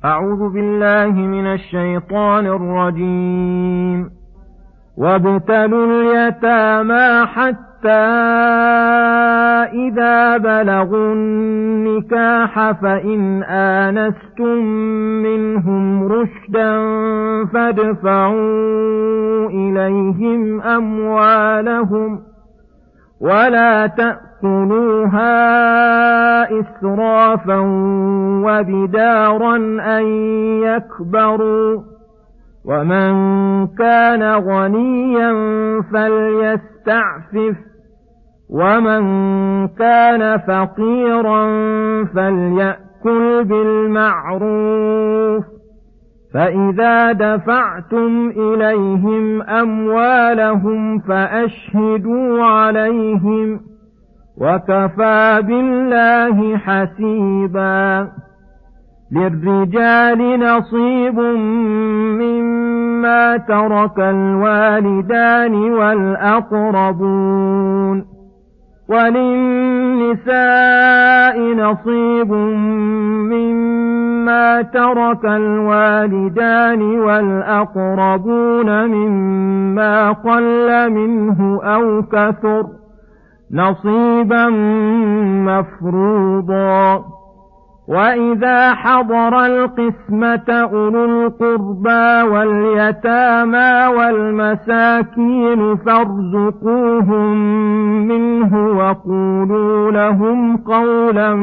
أعوذ بالله من الشيطان الرجيم. وابتلوا اليتامى حتى إذا بلغوا النكاح فإن آنستم منهم رشدا فادفعوا إليهم أموالهم ولا تأكلوها إسرافا وبدارا أن يكبروا ومن كان غنيا فليستعفف ومن كان فقيرا فليأكل بالمعروف فإذا دفعتم إليهم أموالهم فأشهدوا عليهم وكفى بالله حسيبا. للرجال نصيب مما ترك الوالدان والأقربون وللنساء نصيب مما ترك الوالدان والأقربون مما قل منه أو كثر نصيبا مفروضا. وإذا حضر القسمة أولو القربى واليتامى والمساكين فارزقوهم منه وقولوا لهم قولا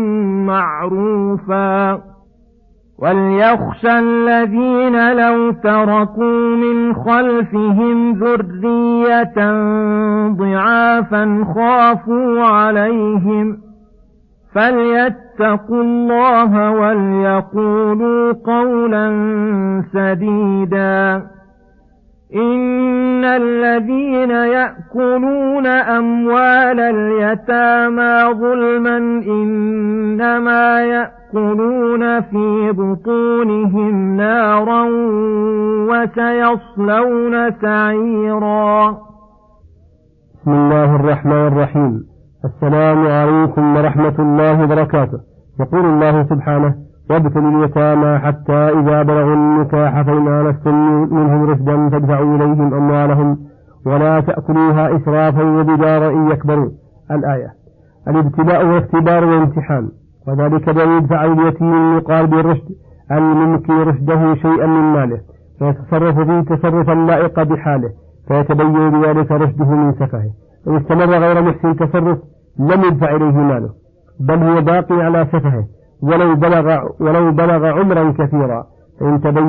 معروفا. وليخشى الذين لو تركوا من خلفهم ذرية ضعافا خافوا عليهم فليتقوا الله وليقولوا قولا سديدا. إن الذين يأكلون أموال اليتامى ظلما إنما يأكلون في بطونهم نارا وسيصلون سعيرا. بسم الله الرحمن الرحيم. السلام عليكم ورحمة الله وبركاته. يقول الله سبحانه: وابتلوا اليتامى حتى إذا بلغوا النكاح فإن آنستم منهم رشدا فادفعوا إليهم أموالهم ولا تأكلوها إسرافا وبدارا إن يكبروا. الآية. الابتلاء والاختبار والامتحان، وذلك بأن يدفع اليتيم يقال بالرشد الممكن رشده شيئا من ماله فيتصرف فيه تصرفا لائق بحاله فيتبين بذلك رشده من سفهه. إن استمر غير محسن تصرف لم يدفع إليه ماله بل هو باقي على سفهه ولو بلغ عمرا كثيرا. فإن تبين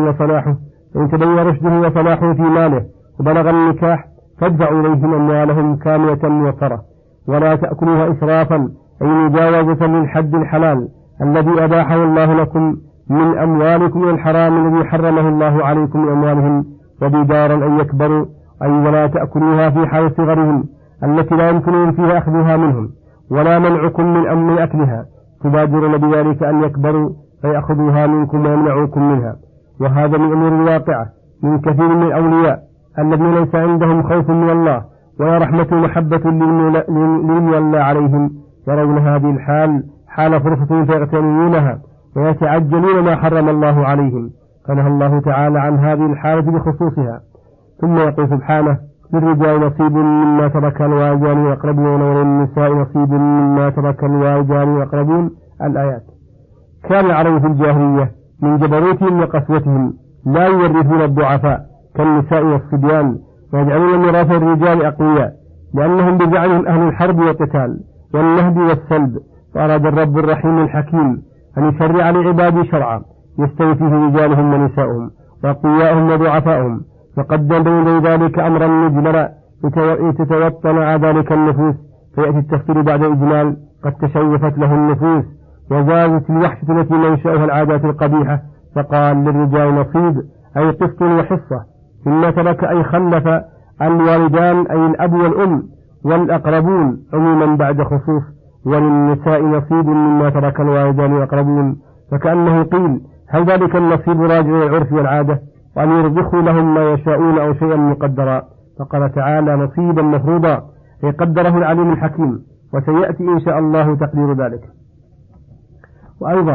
رشده وصلاحه في ماله وبلغ النكاح فادفعوا إليهم أموالهم كاملة موفرة ولا تأكلوها إسرافا أي مجاوزة للحد الحلال الذي أباحه الله لكم من أموالكم والحرام الذي حرمه الله عليكم من أموالهم وبدارا أن يكبروا أي ولا تأكلوها في حال صغرهم التي لا يمكن فيها أخذها منهم ولا منعكم من أكلها تبادرون بذلك أن يكبروا فيأخذوها منكم ويمنعوكم منها. وهذا من أمور الواقعة من كثير من الأولياء الذين ليس عندهم خوف من الله ولا رحمة ومحبة للمولى عليهم يرون هذه الحال حال فرصة فيغتنمونها ويتعجلون ما حرم الله عليهم فنهى الله تعالى عن هذه الحالة بخصوصها. ثم يقول سبحانه: للرجال نصيب مما ترك الوالدان والأقربون وللنساء نصيب مما ترك الوالدان والأقربون. الآيات. كان العرب في الجاهلية من جبروتهم وقسوتهم لا يورثون الضعفاء كالنساء والصبيان ويجعلون ميراث الرجال أقوياء لأنهم بزعمهم أهل الحرب والقتال والنهب والسلب. فأراد الرب الرحيم الحكيم أن يشرع لعباده شرعا يستوي فيه رجالهم ونساؤهم وأقوياءهم وضعفاؤهم فقدم بين ذلك أمرا مجملا لتتوطن على ذلك النفوس فيأتي التفصيل بعد إجمال قد تشوفت له النفوس وزادت الوحشة التي منشأها العادات القبيحة. فقال: للرجال نصيب أي قسط وحصة مما ترك أي خلف الوالدان أي الأب والأم والأقربون عموما بعد خصوص. وللنساء نصيب مما ترك الوالدان والأقربون. فكأنه قيل: هل ذلك النصيب راجع للعرف والعادة وأن يرزقوا لهم ما يشاءون أو شيئا مقدرا؟ فقال تعالى: نصيبا مفروضا أي قدره العليم الحكيم وسيأتي إن شاء الله تقدير ذلك. وأيضا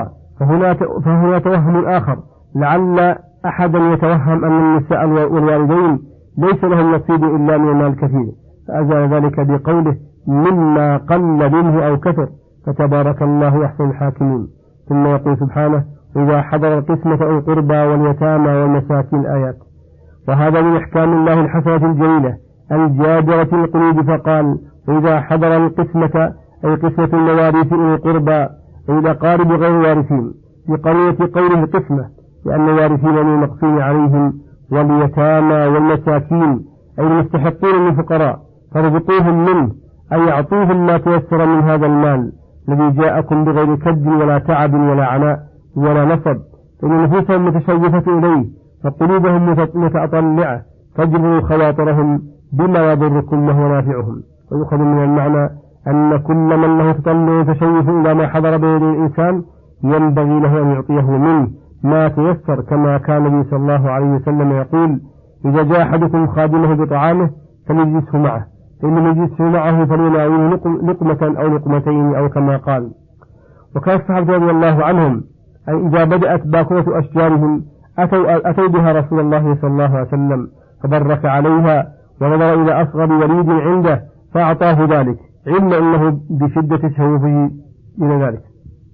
فهنا توهم آخر، لعل أحدا يتوهم أن النساء والوالدين ليس لهم نصيب إلا من المال الكثير، فأزال ذلك بقوله مما قل منه أو كثر، فتبارك الله أحسن الحاكمين. ثم يقول سبحانه إذا حضر القسمة أولي القربى واليتامى والمساكين الآيات. وهذا من إحكام الله الحسنة الجليلة الجابرة القلوب، فقال إذا حضر القسمة أي قسمة المواريث أولي القربى أي الأقارب غير الوارثين، بقرية قوله القسمة لأن الوارثين من المقسوم عليهم، واليتامى والمساكين أي المستحقين من الفقراء، فارزقوهم منه أي أعطوهم ما تيسر من هذا المال الذي جاءكم بغير كد ولا تعب ولا عناء ولا نصب، فإن نفوسهم متشوفة إليه فقلوبهم متأطلعة، فاجبروا خواطرهم بما يضركم وهو نافعهم. ويؤخذ من المعنى أن كل من له تطلع تشوف إلى ما حضر بيد الإنسان ينبغي له أن يعطيه منه ما تيسر، كما كان النبي صلى الله عليه وسلم يقول إذا جاء أحدكم خادمه بطعامه فليجلسه معه، فإن لم يجلسه معه فليناوله لقمة أو لقمتين أو كما قال. وكان الصحابة رضي الله عنهم أي إذا بدأت باكورة أشجارهم أتوا بها رسول الله صلى الله عليه وسلم فبرك عليها ونظر إلى أصغر وليد عنده فأعطاه ذلك، علم أنه بشدة تشوفه إلى ذلك.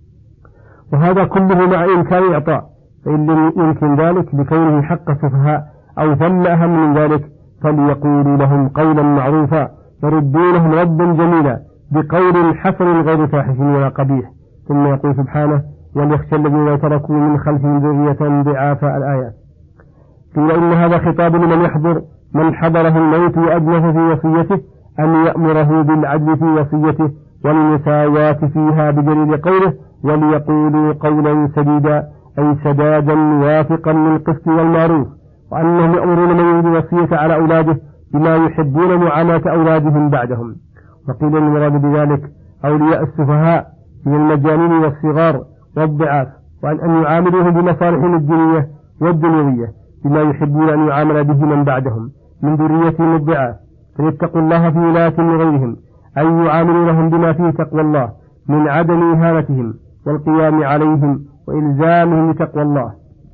وهذا كله مع إمكان الإعطاء، فإن لم يمكن ذلك لكونه حق سفهاء أو ثم أهم من ذلك فليقولوا لهم قولا معروفا يردونهم ردا جميلا بقول حسن غير فاحش ولا قبيح. ثم يقول سبحانه وليخشى الذين تركوا من خلفهم ذرية ضعافا الآيات. قيل إن هذا خطاب لمن يحضر من حضره الموت وأجنف في وصيته أن يأمره بالعدل في وصيته والمساواة فيها بدليل قوله وليقولوا قولا سديدا أي سدادا موافقا للقسط والمعروف، وأنهم يأمرون من يريد الوصية على أولاده بما يحبون معاملة أولادهم بعدهم. وقيل المراد بذلك أولياء السفهاء من المجانين والصغار والضعاف، وأن يعاملوهم بمصالحهم الدينية والدنيوية بما يحبون أن يعامل به من بعدهم من ذريتهم الضعاف، فليتقوا الله في ولاية لغيرهم أن يعاملوا لهم بما فيه تقوى الله من عدم إهانتهم والقيام عليهم وإلزامهم بتقوى الله.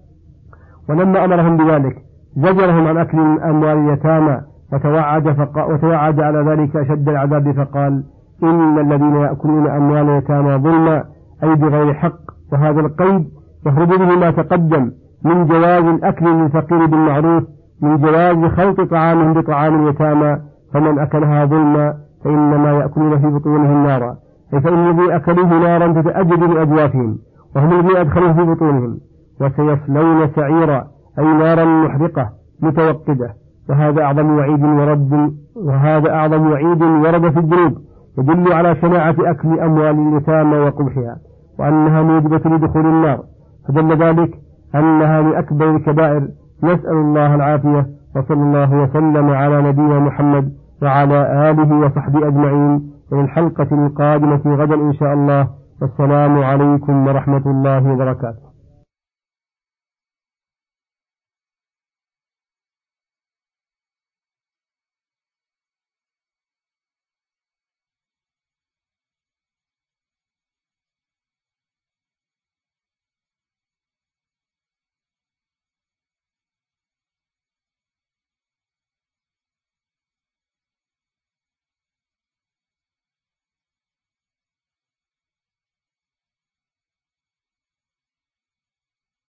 ولما أمرهم بذلك زجرهم عن أكل أموال اليتامى وتوعد على ذلك أشد العذاب، فقال إن الذين يأكلون أموال اليتامى ظلما أي بغير حق. وهذا القيد يخرج به ما تقدم من جواز الأكل للفقير بالمعروف، من جواز خلط طعامهم بطعام اليتامى، فمن أكلها ظلما فإنما يأكلون في بطونهم نارا، أي فإن الذي أكلوه نارا تتأجج بأجوافهم وهم الذين أدخلوه في بطونهم، وسيصلون سعيرا أي نارا محرقة متوقدة. وهذا أعظم وعيد ورد في الجنوب يدل على شناعة أكل أموال اليتامى وقبحها، وأنها موجبة لدخول النار، فدل ذلك أنها من أكبر الكبائر. نسأل الله العافية، وصلى الله وسلم على نبينا محمد وعلى آله وصحبه أجمعين، إلى الحلقة القادمة غدا إن شاء الله، والسلام عليكم ورحمة الله وبركاته.